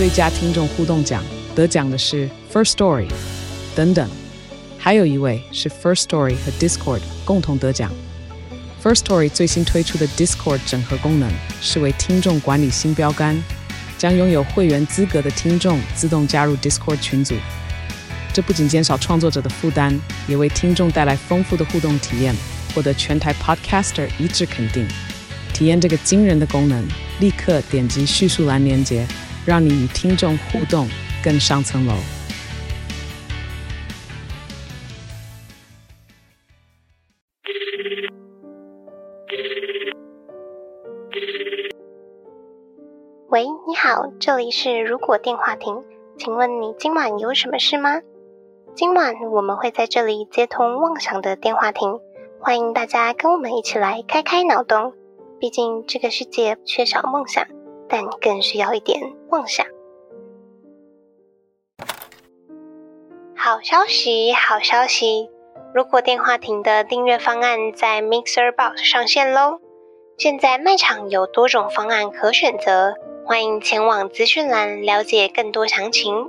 最佳听众互动奖，得奖的是 First Story 等等，还有一位是 First Story 和 Discord 共同得奖。First Story 最新推出的 Discord 整合功能是为听众管理新标杆，将拥有会员资格的听众自动加入 Discord 群组。这不仅减少创作者的负担，也为听众带来丰富的互动体验，获得全台 Podcaster 一致肯定。体验这个惊人的功能，立刻点击叙述栏连结，让你与听众互动更上层楼。 喂，你好，这里是如果电话亭，请问你今晚有什么事吗？今晚我们会在这里接通妄想的电话亭，欢迎大家跟我们一起来开开脑洞。毕竟这个世界缺少梦想，但更需要一点妄想。好消息，好消息！如果电话亭的订阅方案在 Mixer Box 上线咯，现在卖场有多种方案可选择，欢迎前往资讯栏了解更多详情。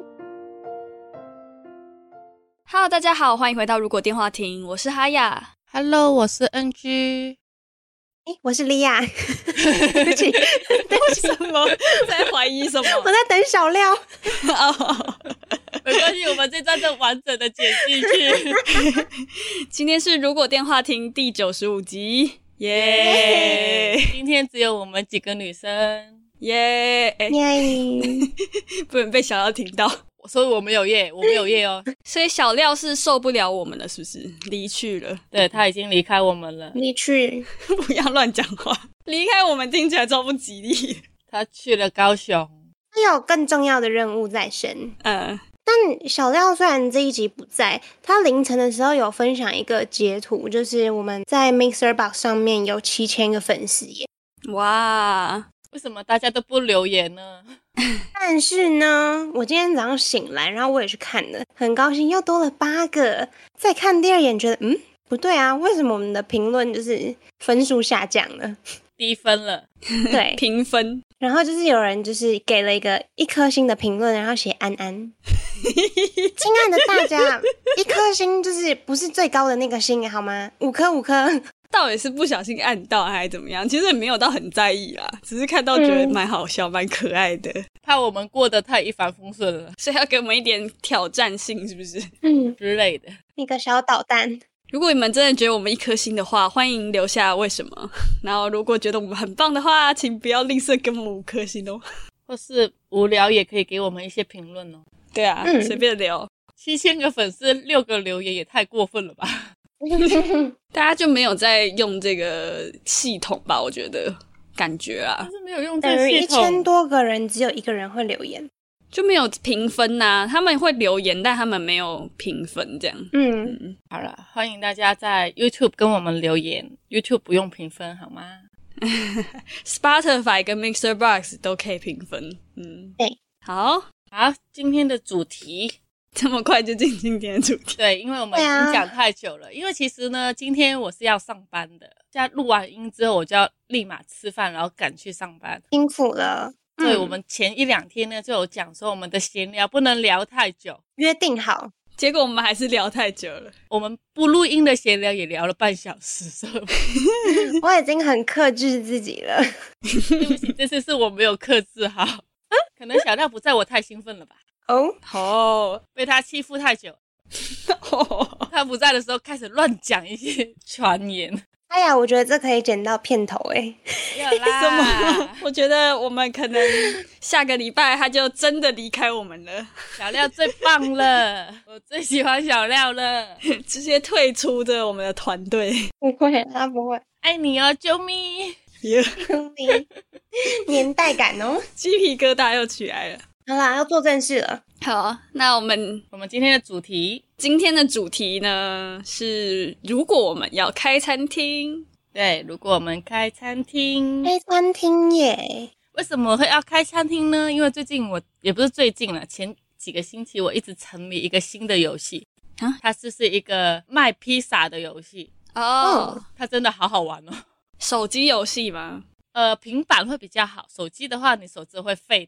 Hello， 大家好，欢迎回到如果电话亭，我是哈雅。 Hello， 我是 NG。 我是莉亚。对不起， 为什么在怀疑什么？ 我在等小料。 没关系，我们这段就完整的剪进去。 今天是如果电话亭第95集，耶！ 今天只有我们几个女生， 耶！不能被小廖听到。 所以我没有业，我没有业哦。 所以小廖是受不了我们了，是不是？离去了。 对，他已经离开我们了。 离去。 不要乱讲话。离开我们听起来超不吉利。 他去了高雄。 他有更重要的任务在身。但小廖虽然这一集不在，他凌晨的时候有分享一个截图，就是我们在 Mixer Box 上面有7000个粉丝耶。 哇！ 为什么大家都不留言呢？ 但是呢，我今天早上醒来，然后我也去看了，很高兴又多了8个。再看第二眼，觉得不对啊，为什么我们的评论就是分数下降了？ 低分了。 对， 评分。 然后就是有人就是给了1颗星的评论，然后写安安。亲爱的大家，1颗星就是不是最高的那个星好吗？5颗。 到底是不小心按到还是怎么样？其实也没有到很在意啦，只是看到觉得蛮好笑、蛮可爱的。 怕我们过得太一帆风顺了， 所以要给我们一点挑战性，是不是？ 之类的。 一个小导弹。 如果你们真的觉得我们1颗星的话，欢迎留下为什么。然后如果觉得我们很棒的话，请不要吝啬给我们5颗星哦。 或是无聊也可以给我们一些评论哦。 对啊，随便聊。 7000个粉丝6个留言也太过分了吧。 大家就没有在用这个系统吧，我觉得感觉啊， 就是没有用这个系统。 等于1000多个人只有1个人会留言， 就没有评分啊。他们会留言，但他们没有评分这样。 好了，欢迎大家在 YouTube 跟我们留言。YouTube 不用评分好吗？ Spotify 跟 Mixer Box 都可以评分。 对， 好， 今天的主题。 这么快就进今天的主题？ 对，因为我们已经讲太久了。因为其实呢，今天我是要上班的，现在录完音之后我就要立马吃饭，然后赶去上班， 辛苦了。 对，我们前1-2天呢就有讲说我们的闲聊不能聊太久， 约定好， 结果我们还是聊太久了。 我们不录音的闲聊也聊了半小时，所以我已经很克制自己了。 对不起，这次是我没有克制好。可能小廖不在，我太兴奋了吧。被他欺负太久。他不在的时候开始乱讲一些传言。 哎呀，我觉得这可以剪到片头耶。 有啦。 我觉得我们可能下个礼拜他就真的离开我们了。 小廖最棒了，我最喜欢小廖了。 直接退出的我们的团队。 不会，他不会。 爱你哦，啾咪。 啾咪。年代感哦， 鸡皮疙瘩又起来了。 好啦，要做正事了。 好，那我们今天的主题呢是如果我们要开餐厅。 对，如果我们开餐厅耶。 为什么会要开餐厅呢？因为最近也不是最近了，前几个星期我一直沉迷一个新的游戏。它是一个卖披萨的游戏。它真的好好玩哦。 手机游戏吗？ 平板会比较好，手机的话你手指会废掉。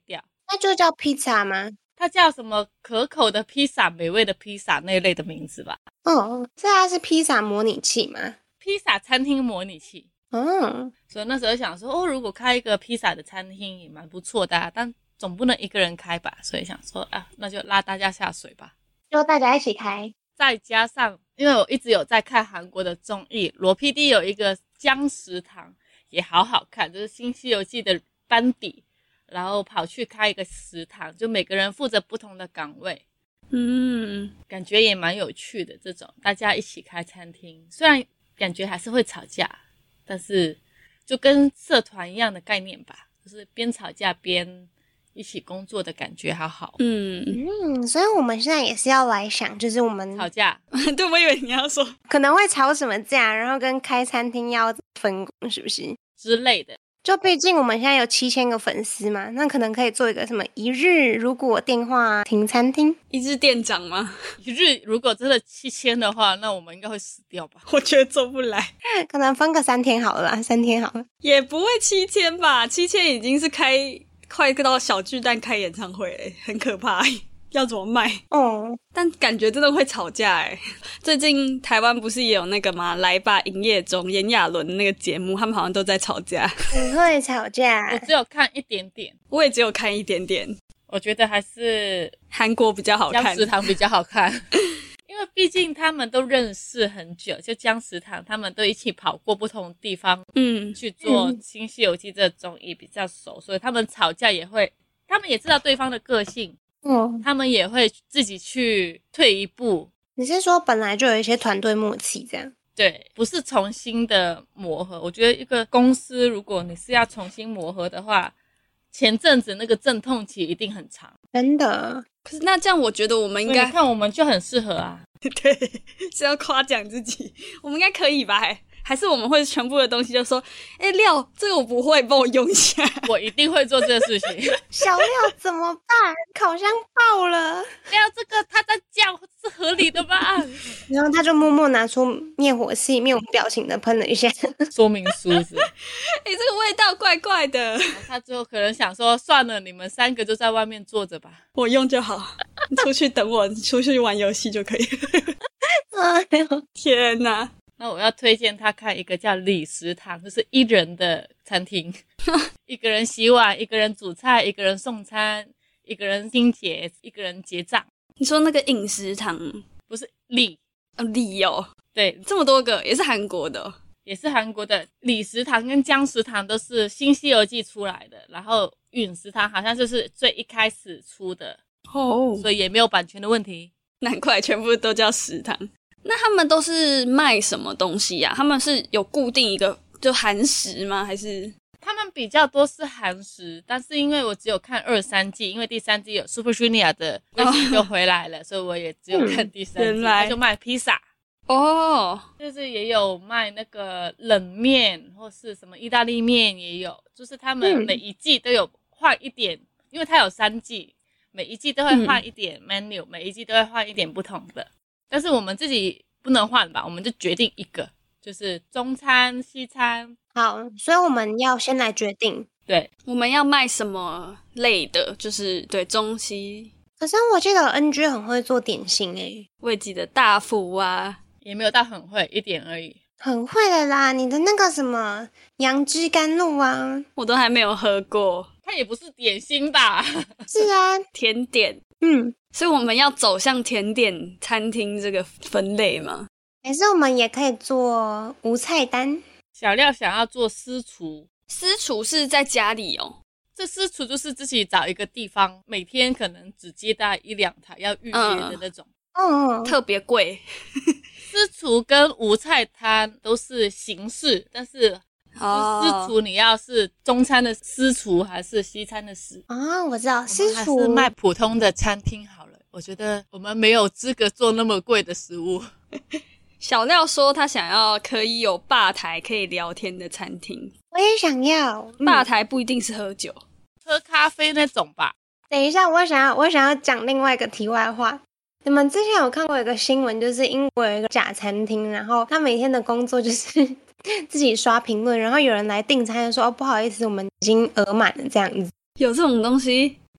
那就叫披萨吗？ 它叫什么可口的披萨、美味的披萨那一类的名字吧。 哦，这它是披萨模拟器吗？ 披萨餐厅模拟器。所以那时候想说如果开一个披萨的餐厅也蛮不错的但总不能一个人开吧，所以想说那就拉大家下水吧， 就大家一起开。 再加上因为我一直有在看韩国的综艺，罗 PD 有一个姜食堂也好好看，就是新西游记的班底，然后跑去开一个食堂，就每个人负责不同的岗位，感觉也蛮有趣的。这种大家一起开餐厅，虽然感觉还是会吵架，但是就跟社团一样的概念吧，就是边吵架边一起工作的感觉，好好。 所以我们现在也是要来想，就是我们吵架对，我以为你要说可能会吵什么架，然后跟开餐厅要分工，是不是之类的。 就毕竟我们现在有7000个粉丝嘛，那可能可以做一个什么一日如果电话停餐厅， 一日店长吗？ 一日如果真的7000的话，那我们应该会死掉吧？ 我觉得做不来， 可能分个3天好了啦，3天好了， 也不会7000吧？7000已经是快到小巨蛋开演唱会了，很可怕。要怎么卖？但感觉真的会吵架耶。最近台湾不是也有那个吗？来吧营业中，炎亚纶那个节目，他们好像都在吵架。 很会吵架。 我只有看一点点， 我也只有看一点点。 我觉得还是韩国比较好看， 姜食堂比较好看。因为毕竟他们都认识很久，就姜食堂他们都一起跑过不同地方，去做新西游记这个综艺比较熟，所以他们吵架也会，他们也知道对方的个性，他们也会自己去退一步。 你是说本来就有一些团队默契这样？ 对，不是重新的磨合。我觉得一个公司如果你是要重新磨合的话，前阵子那个阵痛期一定很长， 真的。 可是那这样我觉得我们应该， 你看我们就很适合啊。 对，是要夸奖自己，我们应该可以吧？还是我们会全部的东西就说廖这个我不会，帮我用一下。 我一定会做这个事情。 小廖怎么办？烤箱爆了， 廖这个他在叫是合理的吧？ 然后他就默默拿出灭火器，面无表情的喷了一下说明书子。 这个味道怪怪的。 他最后可能想说算了，你们3个就在外面坐着吧， 我用就好，你出去等我出去玩游戏就可以了。天哪， 那我要推荐他看一个叫李食堂，就是1人的餐厅。一个人洗碗，一个人煮菜，一个人送餐，一个人清洁，一个人结账。 你说那个饮食堂？ 不是李李哦， 对， 这么多个也是韩国的也是韩国的。李食堂跟姜食堂都是新西游记出来的，然后允食堂好像就是最一开始出的所以也没有版权的问题， 难怪全部都叫食堂。那他们都是卖什么东西呀？他们是有固定一个就韩食吗？还是他们比较多是韩食，但是因为我只有看2、3季，因为第3季有 Super Junior 的那集就回来了，所以我也只有看第3季。他就卖披萨就是也有卖那个冷面或是什么意大利面也有，就是他们每一季都有换一点，因为它有3季，每一季都会换一点 menu，每一季都会换一点不同的。但是我们自己不能换吧，我们就决定一个，就是中餐、西餐。 好，所以我们要先来决定， 对， 我们要卖什么类的，就是对中西。 可是我记得 NG 很会做点心我也记得大福啊， 也没有到很会，一点而已。 很会的啦，你的那个什么杨枝甘露啊， 我都还没有喝过。 它也不是点心吧？ 是啊， 甜点。所以我们要走向甜点餐厅这个分类吗？ 还是我们也可以做无菜单？ 小廖想要做私厨。 私厨是在家里哦？ 这私厨就是自己找一个地方，每天可能只接待1、2台，要预约的那种。 特别贵。 私厨跟无菜摊都是形式，但是私厨你要是中餐的私厨还是西餐的私我知道私厨还是卖普通的餐厅好了。我觉得我们没有资格做那么贵的食物。 小廖说他想要可以有吧台可以聊天的餐厅。 我也想要。 吧台不一定是喝酒， 喝咖啡那种吧。 等一下，我想要讲另外一个题外话。你们之前有看过一个新闻，就是英国有一个假餐厅，然后他每天的工作就是自己刷评论，然后有人来订餐就说不好意思，我们已经额满了这样子。 有这种东西？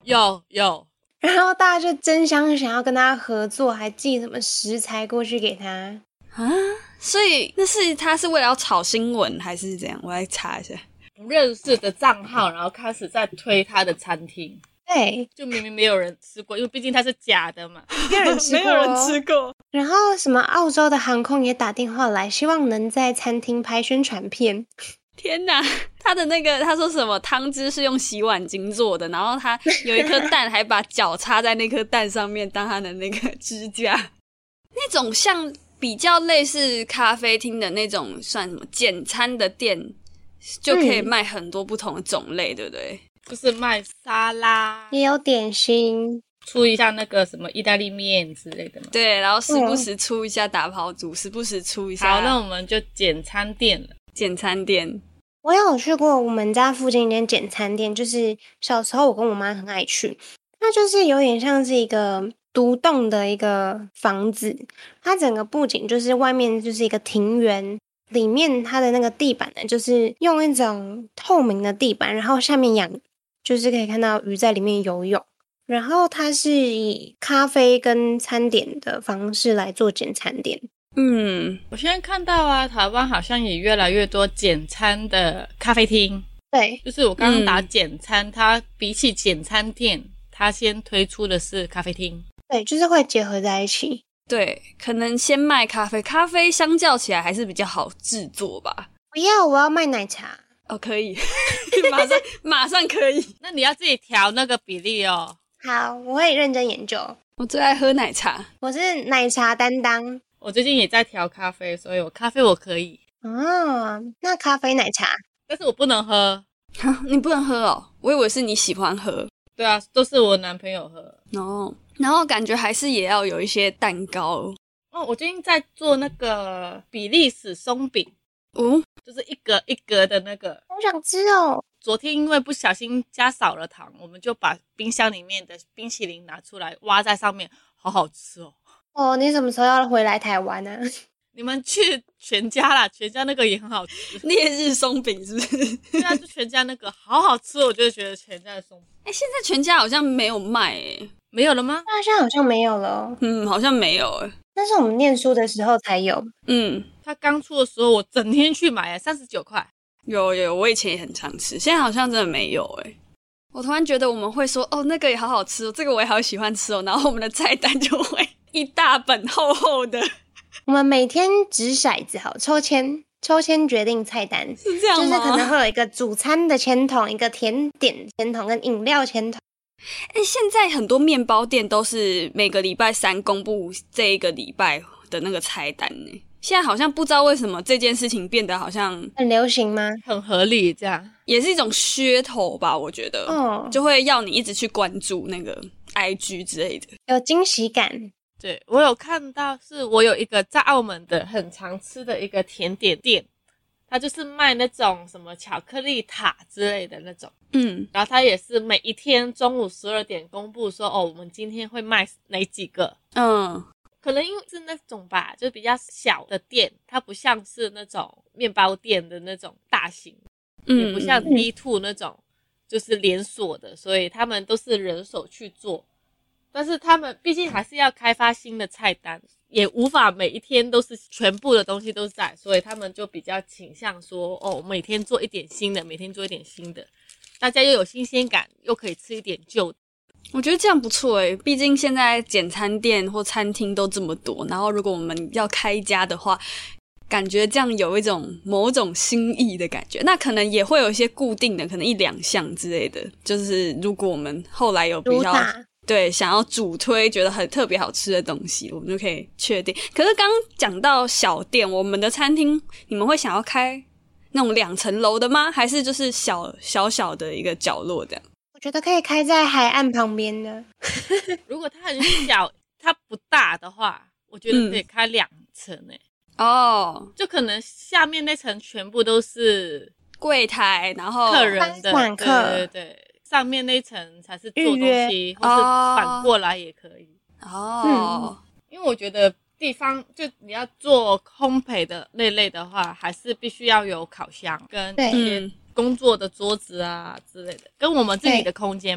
有， 然后大家就争相想要跟他合作，还寄什么食材过去给他啊。所以他是为了要炒新闻还是怎样？我来查一下。 不认识的账号，然后开始在推他的餐厅。 对， 就明明没有人吃过，因为毕竟它是假的嘛， 没有人吃过， 没有人吃过。 然后什么澳洲的航空也打电话来，希望能在餐厅拍宣传片。 天哪，他的那个他说什么汤汁是用洗碗巾做的，然后他有一颗蛋还把脚插在那颗蛋上面当他的那个指甲。那种像比较类似咖啡厅的那种算什么简餐的店，就可以卖很多不同的种类，对不对？ 就是卖沙拉， 也有点心， 出一下那个什么意大利面之类的嘛。 对，然后时不时出一下打抛组，时不时出一下。 好，那我们就简餐店了。 简餐店， 我有去过我们家附近一间简餐店，就是小时候我跟我妈很爱去。它就是有点像是一个独栋的一个房子，它整个布景就是外面就是一个庭园。里面它的那个地板呢，就是用一种透明的地板，然后下面养，就是可以看到鱼在里面游泳。然后它是以咖啡跟餐点的方式来做简餐店。 我现在看到啊，台湾好像也越来越多简餐的咖啡厅。 对， 就是我刚刚打简餐，它比起简餐店，它先推出的是咖啡厅。 对，就是会结合在一起。 对，可能先卖咖啡，咖啡相较起来还是比较好制作吧。 不要，我要卖奶茶。 哦，可以，马上可以。 那你要自己调那个比例哦。 好，我会认真研究。 我最爱喝奶茶， 我是奶茶担当。 我最近也在调咖啡，所以我咖啡我可以。 哦，那咖啡奶茶， 但是我不能喝。 你不能喝哦？我以为是你喜欢喝。 对啊，都是我男朋友喝。 哦，然后感觉还是也要有一些蛋糕。 哦，我最近在做那个比利时松饼。就是一格一格的那个。 好想吃哦。 昨天因为不小心加少了糖，我们就把冰箱里面的冰淇淋拿出来挖在上面，好好吃哦。 哦，你什么时候要回来台湾呢？ 你们去全家啦，全家那个也很好吃。 烈日松饼是不是？ 对啊，就全家那个好好吃，我就觉得全家的松饼。 现在全家好像没有卖没有了吗？ 那现在好像没有了。 好像没有但是我们念书的时候才有。 它刚出的时候我整天去买，39块。 有，我以前也很常吃，现在好像真的没有我突然觉得我们会说那个也好好吃哦，这个我也好喜欢吃哦，然后我们的菜单就会一大本厚厚的。 我们每天掷骰子，好，抽签决定菜单， 是这样吗？ 就是可能会有一个主餐的签筒，一个甜点签筒跟饮料签筒。 现在很多面包店都是每个礼拜3公布这一个礼拜的那个菜单现在好像不知道为什么这件事情变得好像很流行吗？ 很合理，这样也是一种噱头吧，我觉得就会要你一直去关注那个 IG 之类的， 有惊喜感。 对，我有看到，是我有一个在澳门的很常吃的一个甜点店，它就是卖那种什么巧克力塔之类的那种，然后它也是每一天中午12点公布说我们今天会卖哪几个，可能因为是那种吧，就比较小的店，它不像是那种面包店的那种大型，也不像 D2 那种就是连锁的，所以他们都是人手去做。但是他们毕竟还是要开发新的菜单，也无法每一天都是全部的东西都在，所以他们就比较倾向说每天做一点新的，每天做一点新的，大家又有新鲜感，又可以吃一点旧的。 我觉得这样不错毕竟现在简餐店或餐厅都这么多，然后如果我们要开一家的话，感觉这样有一种某种新意的感觉。那可能也会有一些固定的，可能1-2项之类的，就是如果我们后来有比较对想要主推觉得很特别好吃的东西，我们就可以确定。可是刚讲到小店，我们的餐厅你们会想要开那种2层楼的吗？还是就是小的一个角落这样？ 我觉得可以开在海岸旁边的。 如果它很小它不大的话，我觉得可以开2层就可能下面那层全部都是柜台，然后客人的，对，上面那层才是做东西，或是反过来也可以。因为我觉得地方就你要做烘焙的那类的话，还是必须要有烤箱跟一些工作的桌子啊之类的，跟我们自己的空间吧。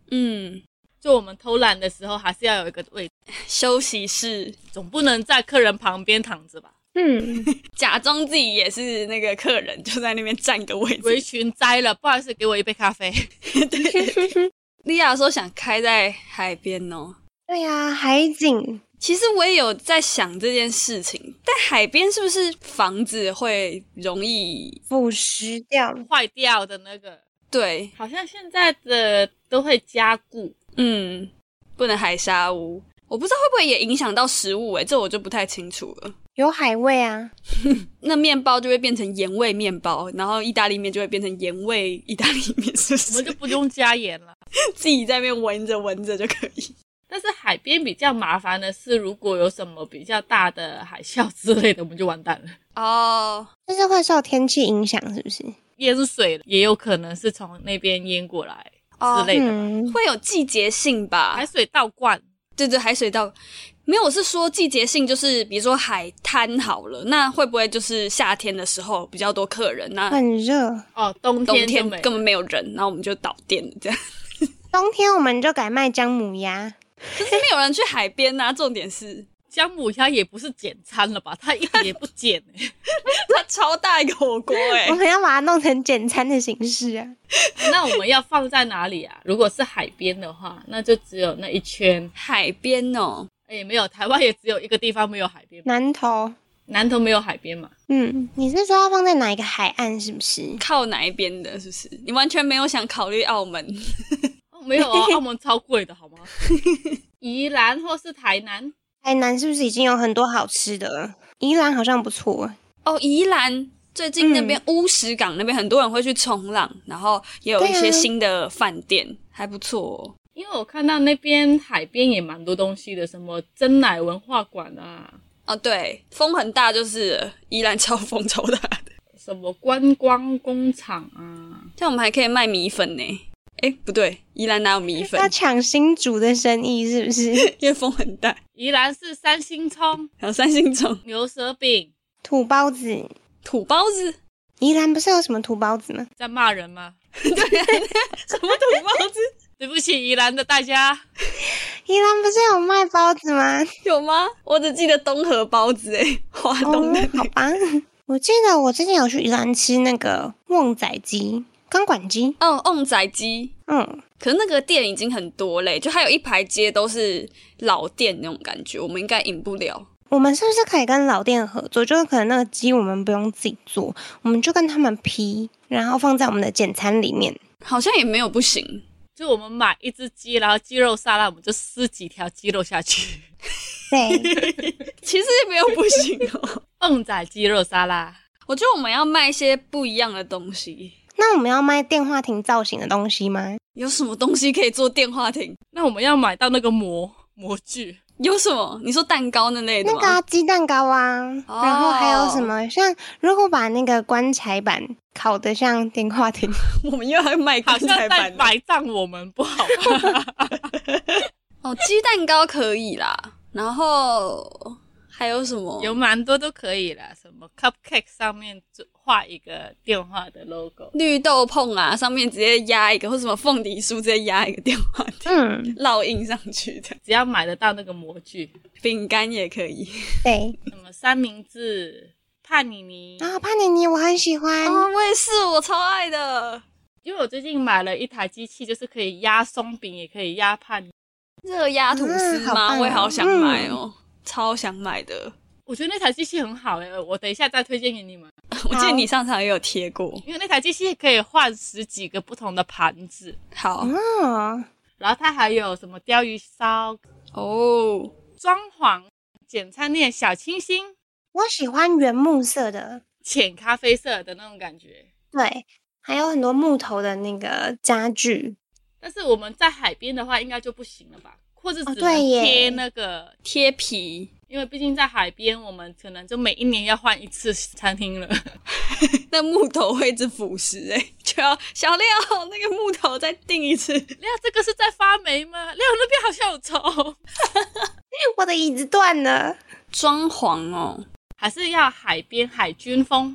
就我们偷懒的时候还是要有一个位置， 休息室， 总不能在客人旁边躺着吧。 假装自己也是那个客人，就在那边占个位置。 围裙摘了，不好意思，给我一杯咖啡。 对，莉亚说想开在海边哦。 对啊，海景。 其实我也有在想这件事情，但海边是不是房子会容易腐蚀掉、 坏掉的那个？ 对， 好像现在的都会加固。 不能海沙屋。我不知道会不会也影响到食物这我就不太清楚了。 有海味啊。 那面包就会变成盐味面包，然后意大利面就会变成盐味意大利面，是不是？ 我们就不用加盐了， 自己在那边闻着闻着就可以。 但是海边比较麻烦的是，如果有什么比较大的海啸之类的，我们就完蛋了。 就是会受天气影响，是不是？ 淹水也有可能是从那边淹过来之类的吧。 会有季节性吧？ 海水倒灌。 对，海水倒没有，我是说季节性，就是比如说海滩好了，那会不会就是夏天的时候比较多客人，那很热冬天根本没有人，然后我们就倒店了这样。 冬天我们就改卖姜母鸭。 可是没有人去海边啊，重点是姜母鸭也不是简餐了吧？它一点也不简它超大一个火锅我们要把它弄成简餐的形式啊。 那我们要放在哪里啊？如果是海边的话，那就只有那一圈海边哦。 没有，台湾也只有一个地方没有海边。 南投没有海边嘛？ 你是说要放在哪一个海岸是不是？ 靠哪一边的是不是？你完全没有想考虑澳门？ 没有啊，澳门超贵的好吗？宜兰或是台南？ 台南是不是已经有很多好吃的了？宜兰好像不错宜兰最近那边乌石港那边很多人会去冲浪，然后也有一些新的饭店，还不错因为我看到那边海边也蛮多东西的，什么珍奶文化馆啊。 对，风很大，就是宜兰超风超大的。 什么观光工厂啊， 像我们还可以卖米粉呢。不对，宜兰哪有米粉？ 要抢新竹的生意是不是？ 因为风很大。 宜兰是三星葱， 还有三星葱、 牛舌饼、 土包子。 宜兰不是有什么土包子吗？ 在骂人吗？ 对啊，什么土包子？ 对不起，宜兰的大家。 宜兰不是有卖包子吗？ 有吗？我只记得东河包子花东的好吧。我记得我之前有去宜兰吃那个旺仔鸡。钢管鸡旺仔鸡可是那个店已经很多嘞，就还有一排街都是老店那种感觉，我们应该赢不了。 我们是不是可以跟老店合作？就是可能那个鸡我们不用自己做，我们就跟他们批，然后放在我们的简餐里面。 好像也没有不行， 就我们买一只鸡，然后鸡肉沙拉我们就撕几条鸡肉下去。 对， 其实也没有不行旺仔鸡肉沙拉， 我觉得我们要卖一些不一样的东西。 那我们要卖电话亭造型的东西吗？ 有什么东西可以做电话亭？ 那我们要买到那个模具。 有什么？你说蛋糕那类的吗？ 那个鸡蛋糕啊，然后还有什么？像如果把那个棺材板烤得像电话亭， 我们又要卖棺材板， 好像在埋葬我们，不好吧？ 鸡蛋糕可以啦，然后还有什么？ 有蛮多都可以啦，什么 cupcake 上面画一个电话的 logo， 绿豆椪啊上面直接压一个，或什么凤梨酥直接压一个电话亭，烙印上去的， 只要买得到那个模具。 饼干也可以， 对， 什么三明治、帕尼尼帕尼尼我很喜欢我也是，我超爱的。 因为我最近买了一台机器，就是可以压松饼，也可以压帕尼。 热压吐司吗？我也好想买超想买的。 我觉得那台机器很好我等一下再推荐给你们。 我记得你上场也有贴过， 因为那台机器可以换10几个不同的盘子。 好然后它还有什么鲷鱼烧装潢简餐店小清新， 我喜欢原木色的浅咖啡色的那种感觉。 对，还有很多木头的那个家具。 但是我们在海边的话应该就不行了吧，或者只能贴那个贴皮， 因为毕竟在海边我们可能就每一年要换一次餐厅了。 那木头会一直腐蚀就要小廖那个木头再订一次。 廖这个是在发霉吗？廖那边好像有虫。 我的椅子断了。 装潢还是要海边海军风。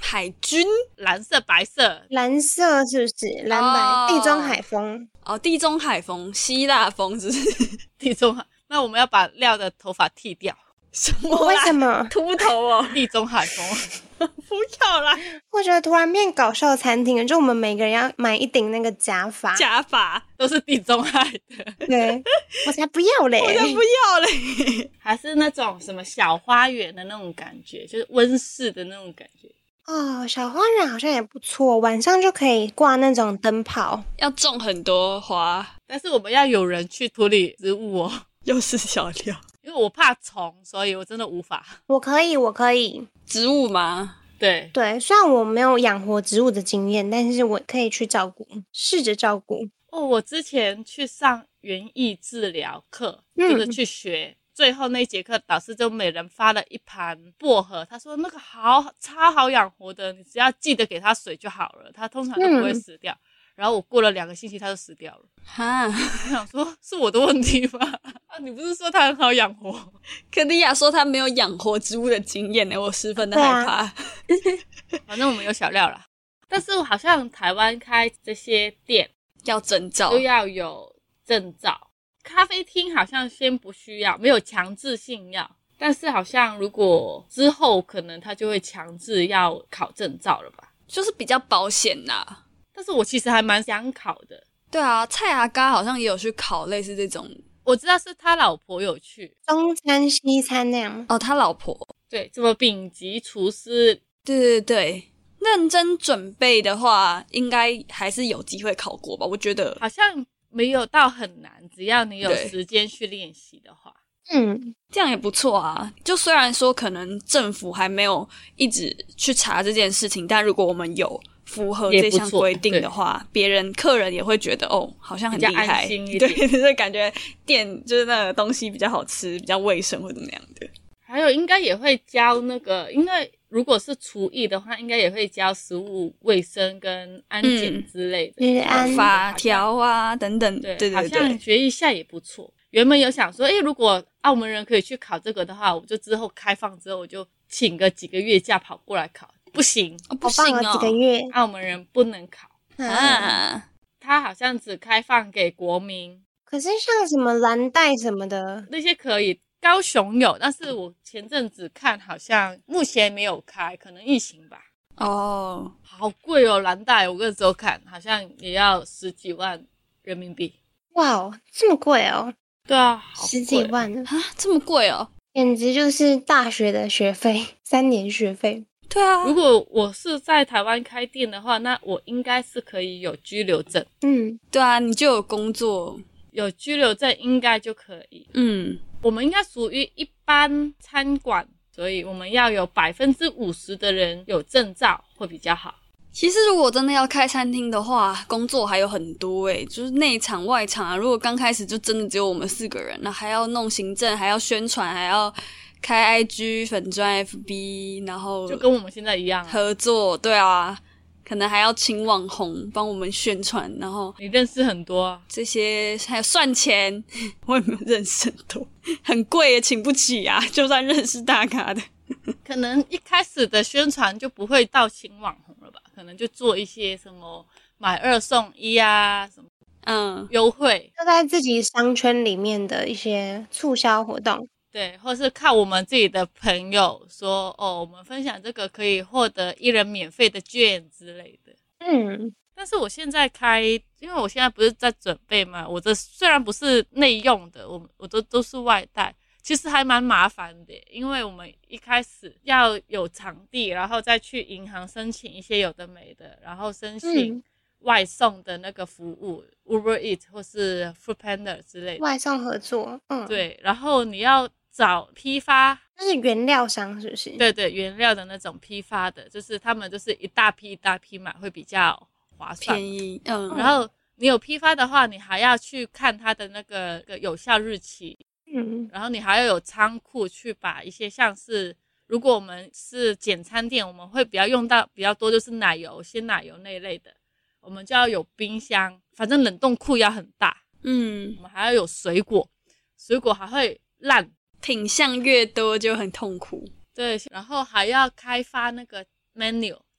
海军， 蓝色白色， 蓝色是不是蓝白？地中海风地中海风，希腊风是不是？ 地中海。那我们要把廖的头发剃掉。 什么啦？ 为什么秃头哦？ 地中海风不要啦！ 我觉得突然变搞笑餐厅了，就我们每个人要买一顶那个假发， 假发都是地中海的。 对，我才不要嘞！ 我才不要嘞！ 还是那种什么小花园的那种感觉，就是温室的那种感觉。 哦，小花园好像也不错，晚上就可以挂那种灯泡， 要种很多花， 但是我们要有人去处理植物哦。 又是小廖， 因为我怕虫，所以我真的无法。 我可以。 植物吗？ 对， 虽然我没有养活植物的经验，但是我可以去照顾，试着照顾。 我之前去上园艺治疗课，就是去学。最后那节课，导师就每人发了一盘薄荷，他说那个超好养活的，你只要记得给它水就好了，它通常都不会死掉。然后我过了2个星期，它就死掉了。 哈， 我想说是我的问题吗？你不是说它很好养活？ 可莉亚说她没有养活植物的经验呢，我十分的害怕。 反正我们有小料啦，但是好像台湾开这些店要证照， 都要有证照。咖啡厅好像先不需要，没有强制性要，但是好像如果之后可能他就会强制要考证照了吧， 就是比较保险啦。 但是我其实还蛮想考的。 对啊，蔡阿嘎好像也有去考类似这种， 我知道是他老婆有去， 中餐西餐那样。 他老婆， 对，什么丙级厨师， 对，认真准备的话应该还是有机会考过吧，我觉得好像没有到很难，只要你有时间去练习的话。 这样也不错啊。就虽然说可能政府还没有一直去查这件事情，但如果我们有符合这项规定的话，客人也会觉得好像很厉害， 比较安心一点。 对，就是感觉店就是那个东西比较好吃，比较卫生或怎么样的。 还有应该也会教那个，因为如果是厨艺的话，应该也会教食物卫生跟安检之类的， 法条啊等等。对， 好像学一下也不错。原本有想说，如果澳门人可以去考这个的话，我就之后开放之后，我就请个几个月假跑过来考。不行， 不行哦， 几个月， 澳门人不能考啊。他好像只开放给国民， 可是像什么蓝带什么的那些可以。高雄有，但是我前阵子看好像目前没有开，可能疫情吧。好贵哦，蓝带我那时候看好像也要10几万人民币。 哇，这么贵哦？ 对啊 ，10几万啊，这么贵哦， 简直就是大学的学费，3年学费。 对啊， 如果我是在台湾开店的话，那我应该是可以有居留证。 对啊，你就有工作， 有居留证应该就可以。我们应该属于一般餐馆，所以我们要有50%的人有证照会比较好。 其实如果真的要开餐厅的话，工作还有很多就是内场外场啊。如果刚开始就真的只有我们4个人，那还要弄行政，还要宣传，还要开 IG 粉专 FB， 然后就跟我们现在一样合作。对啊，可能还要请网红帮我们宣传，然后你认识很多啊， 这些还有算钱，我也没有认识很多，很贵也请不起啊，就算认识大咖的。 可能一开始的宣传就不会到请网红了吧，可能就做一些什么买2送1啊，什么优惠， 就在自己商圈里面的一些促销活动。 对，或是靠我们自己的朋友说我们分享这个可以获得1人免费的券之类的。但是我现在因为我现在不是在准备嘛，我这虽然不是内用的，我都是外带，其实还蛮麻烦的，因为我们一开始要有场地，然后再去银行申请一些有的没的，然后申请外送的那个服务，Uber Eats 或是 Foodpanda 之类的外送合作。 对，然后你要找批发， 就是原料商是不是？ 对，原料的那种批发的，就是他们就是一大批一大批买会比较划算， 便宜。 然后你有批发的话，你还要去看它的那个有效日期。然后你还要有仓库去把一些像是，如果我们是简餐店，我们会比较用到比较多就是奶油、鲜奶油那一类的，我们就要有冰箱，反正冷冻库要很大。我们还要有水果还会烂， 品项越多就很痛苦。 对，然后还要开发那个 menu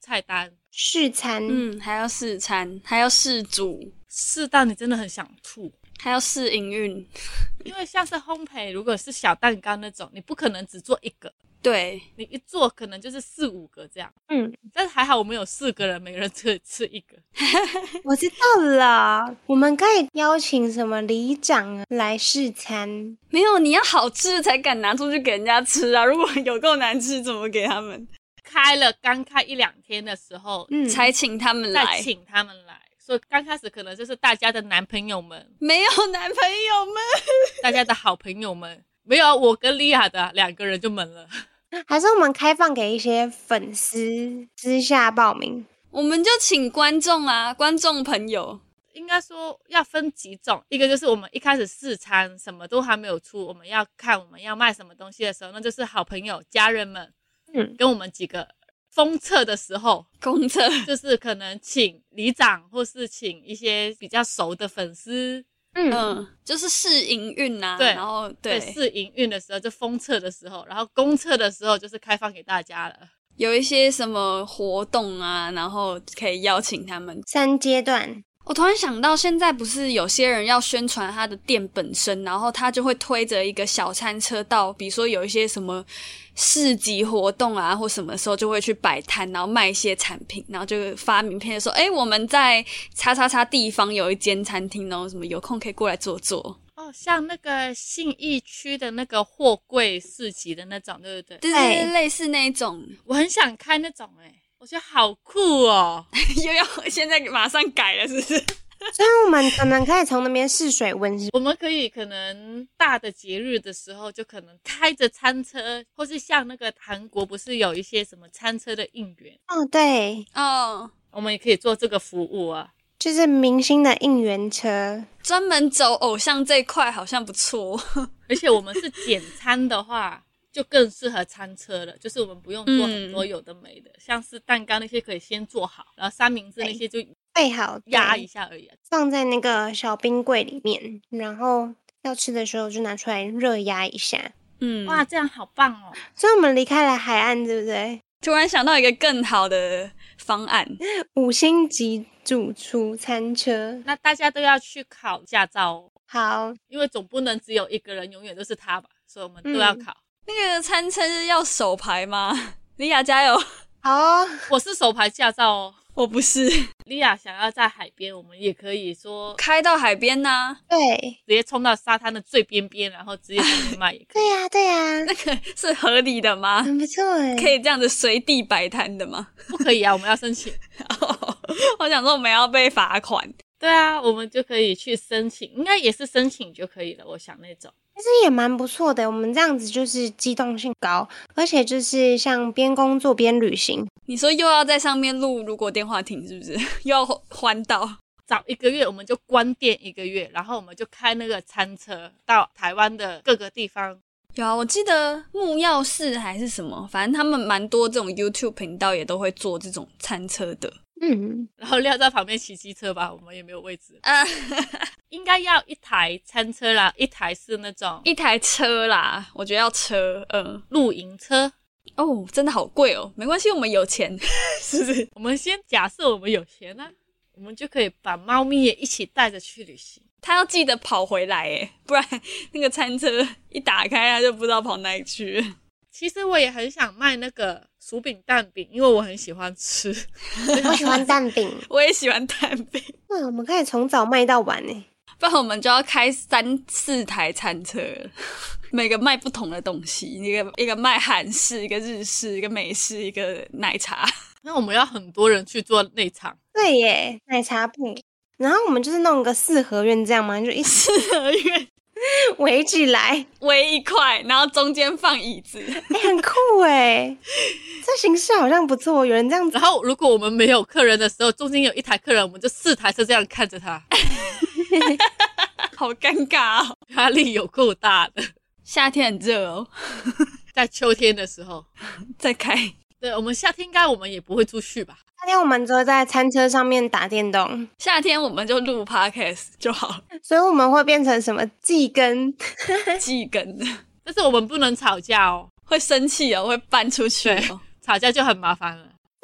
菜单试餐， 还要试餐，还要试煮， 试到你真的很想吐， 还要试营运。 因为像是烘焙，如果是小蛋糕那种，你不可能只做一个， 对， 你一做可能就是4-5个这样。但是还好我们有4个人，每个人只吃一个。 我知道了，我们可以邀请什么里长来试餐。 没有，你要好吃才敢拿出去给人家吃啊！如果有够难吃，怎么给他们？ 刚开1-2天的时候， 才请他们来， 所以刚开始可能就是大家的男朋友们， 没有男朋友们， 大家的好朋友们，没有我跟莉亚的2个人就闷了。 还是我们开放给一些粉丝私下报名？ 我们就请观众啊，观众朋友。 应该说要分几种，一个就是我们一开始试餐什么都还没有出，我们要看我们要卖什么东西的时候，那就是好朋友家人们跟我们几个封测的时候， 公测就是可能请里长或是请一些比较熟的粉丝， 就是试营运啊， 对， 然后对试营运的时候就封测的时候，然后公测的时候就是开放给大家了， 有一些什么活动啊，然后可以邀请他们 3阶段。 我突然想到，现在不是有些人要宣传他的店本身，然后他就会推着一个小餐车到，比如说有一些什么市集活动啊或什么时候就会去摆摊，然后卖一些产品，然后就发名片说我们在叉叉叉地方有一间餐厅哦，什么有空可以过来坐坐。 像那个信义区的那个货柜市集的那种，对不对？ 对，类似那一种。 我很想开那种我觉得好酷哦。 又要现在马上改了是不是？ 所以我们可能可以从那边试水温。 我们可以可能大的节日的时候就可能开着餐车，或是像那个韩国不是有一些什么餐车的应援对我们也可以做这个服务啊， 就是明星的应援车， 专门走偶像这一块好像不错。 而且我们是简餐的话就更适合餐车了，就是我们不用做很多有的没的，像是蛋糕那些可以先做好，然后三明治那些就备好压一下而已， 放在那个小冰柜里面，然后要吃的时候就拿出来热压一下。 哇，这样好棒哦！ 所以我们离开了海岸，对不对？ 突然想到一个更好的方案 ，5星级主厨餐车。 那大家都要去考驾照哦。 好， 因为总不能只有一个人永远都是他吧，所以我们都要考。 那个餐车是要手牌吗？莉亚加油！ 好我是手牌驾照哦。 我不是。 莉亚想要在海边，我们也可以说开到海边啊， 对， 直接冲到沙滩的最边边，然后直接在那边卖也可以。 对呀， 那个是合理的吗？ 很不错可以这样子随地摆摊的吗？ 不可以啊，我们要申请。 我想说我们要被罚款。 对啊，我们就可以去申请，应该也是申请就可以了，我想那种。 其实也蛮不错的，我们这样子就是机动性高，而且就是像边工作边旅行。 你说又要在上面录如果电话亭是不是？又要环岛？ 早1个月我们就关店1个月，然后我们就开那个餐车到台湾的各个地方。 有啊，我记得木曜市还是什么，反正他们蛮多这种 YouTube 频道也都会做这种餐车的。 然后撂在旁边骑机车吧，我们也没有位置。应该要1台餐车啦，1台是那种 1台车啦，我觉得要车， 露营车。 真的好贵哦，没关系，我们有钱，是不是？ 我们先假设我们有钱啊，我们就可以把猫咪也一起带着去旅行。 他要记得跑回来耶，不然那个餐车一打开他就不知道跑哪里去。 其实我也很想卖那个薯饼蛋饼，因为我很喜欢吃。 我喜欢蛋饼， 我也喜欢蛋饼。 我们可以从早卖到晚耶， 不然我们就要开3-4台餐车，每个卖不同的东西，一个卖韩式，一个日式，一个美式，一个奶茶。 那我们要很多人去做内场。 对耶，奶茶铺。然后我们就是弄个4合院这样嘛，就 4合院围起来， 围一块，然后中间放椅子， 很酷耶，这形式好像不错，有人这样子。 然后如果我们没有客人的时候，中间有1台客人，我们就4台车这样看着他。 好尴尬哦， 压力有够大的。 夏天很热哦， 在秋天的时候再开。 对，我们夏天应该我们也不会出去吧。 夏天我们只会在餐车上面打电动， 夏天我们就录 podcast 就好。 所以我们会变成什么季更季更， 但是我们不能吵架哦， 会生气哦，会搬出去哦， 吵架就很麻烦了。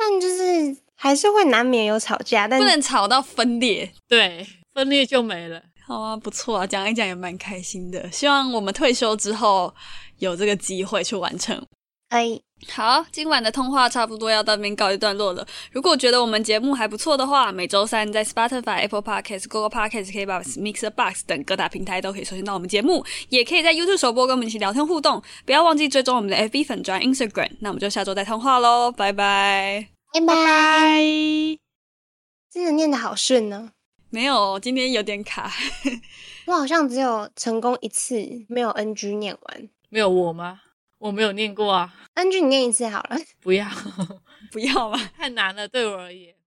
但就是还是会难免有吵架，但不能吵到分裂。 对，分裂就没了。 好啊，不错啊，讲一讲也蛮开心的。希望我们退休之后有这个机会去完成。好，今晚的通话差不多要到这边告一段落了。如果觉得我们节目还不错的话，每周三在 Spotify、Apple Podcasts、Google Podcasts、KKBOX、Mixer Box 等各大平台都可以收听到我们节目，也可以在 YouTube 首播跟我们一起聊天互动。不要忘记追踪我们的 FB 粉专 Instagram。那我们就下周再通话咯，拜拜， 拜拜。真的念得好顺呢。 没有，今天有点卡。 我好像只有成功一次没有 NG 念完。 没有我吗？我没有念过啊。 NG 你念一次好了。 不要。 不要吗？ 太难了对我而言。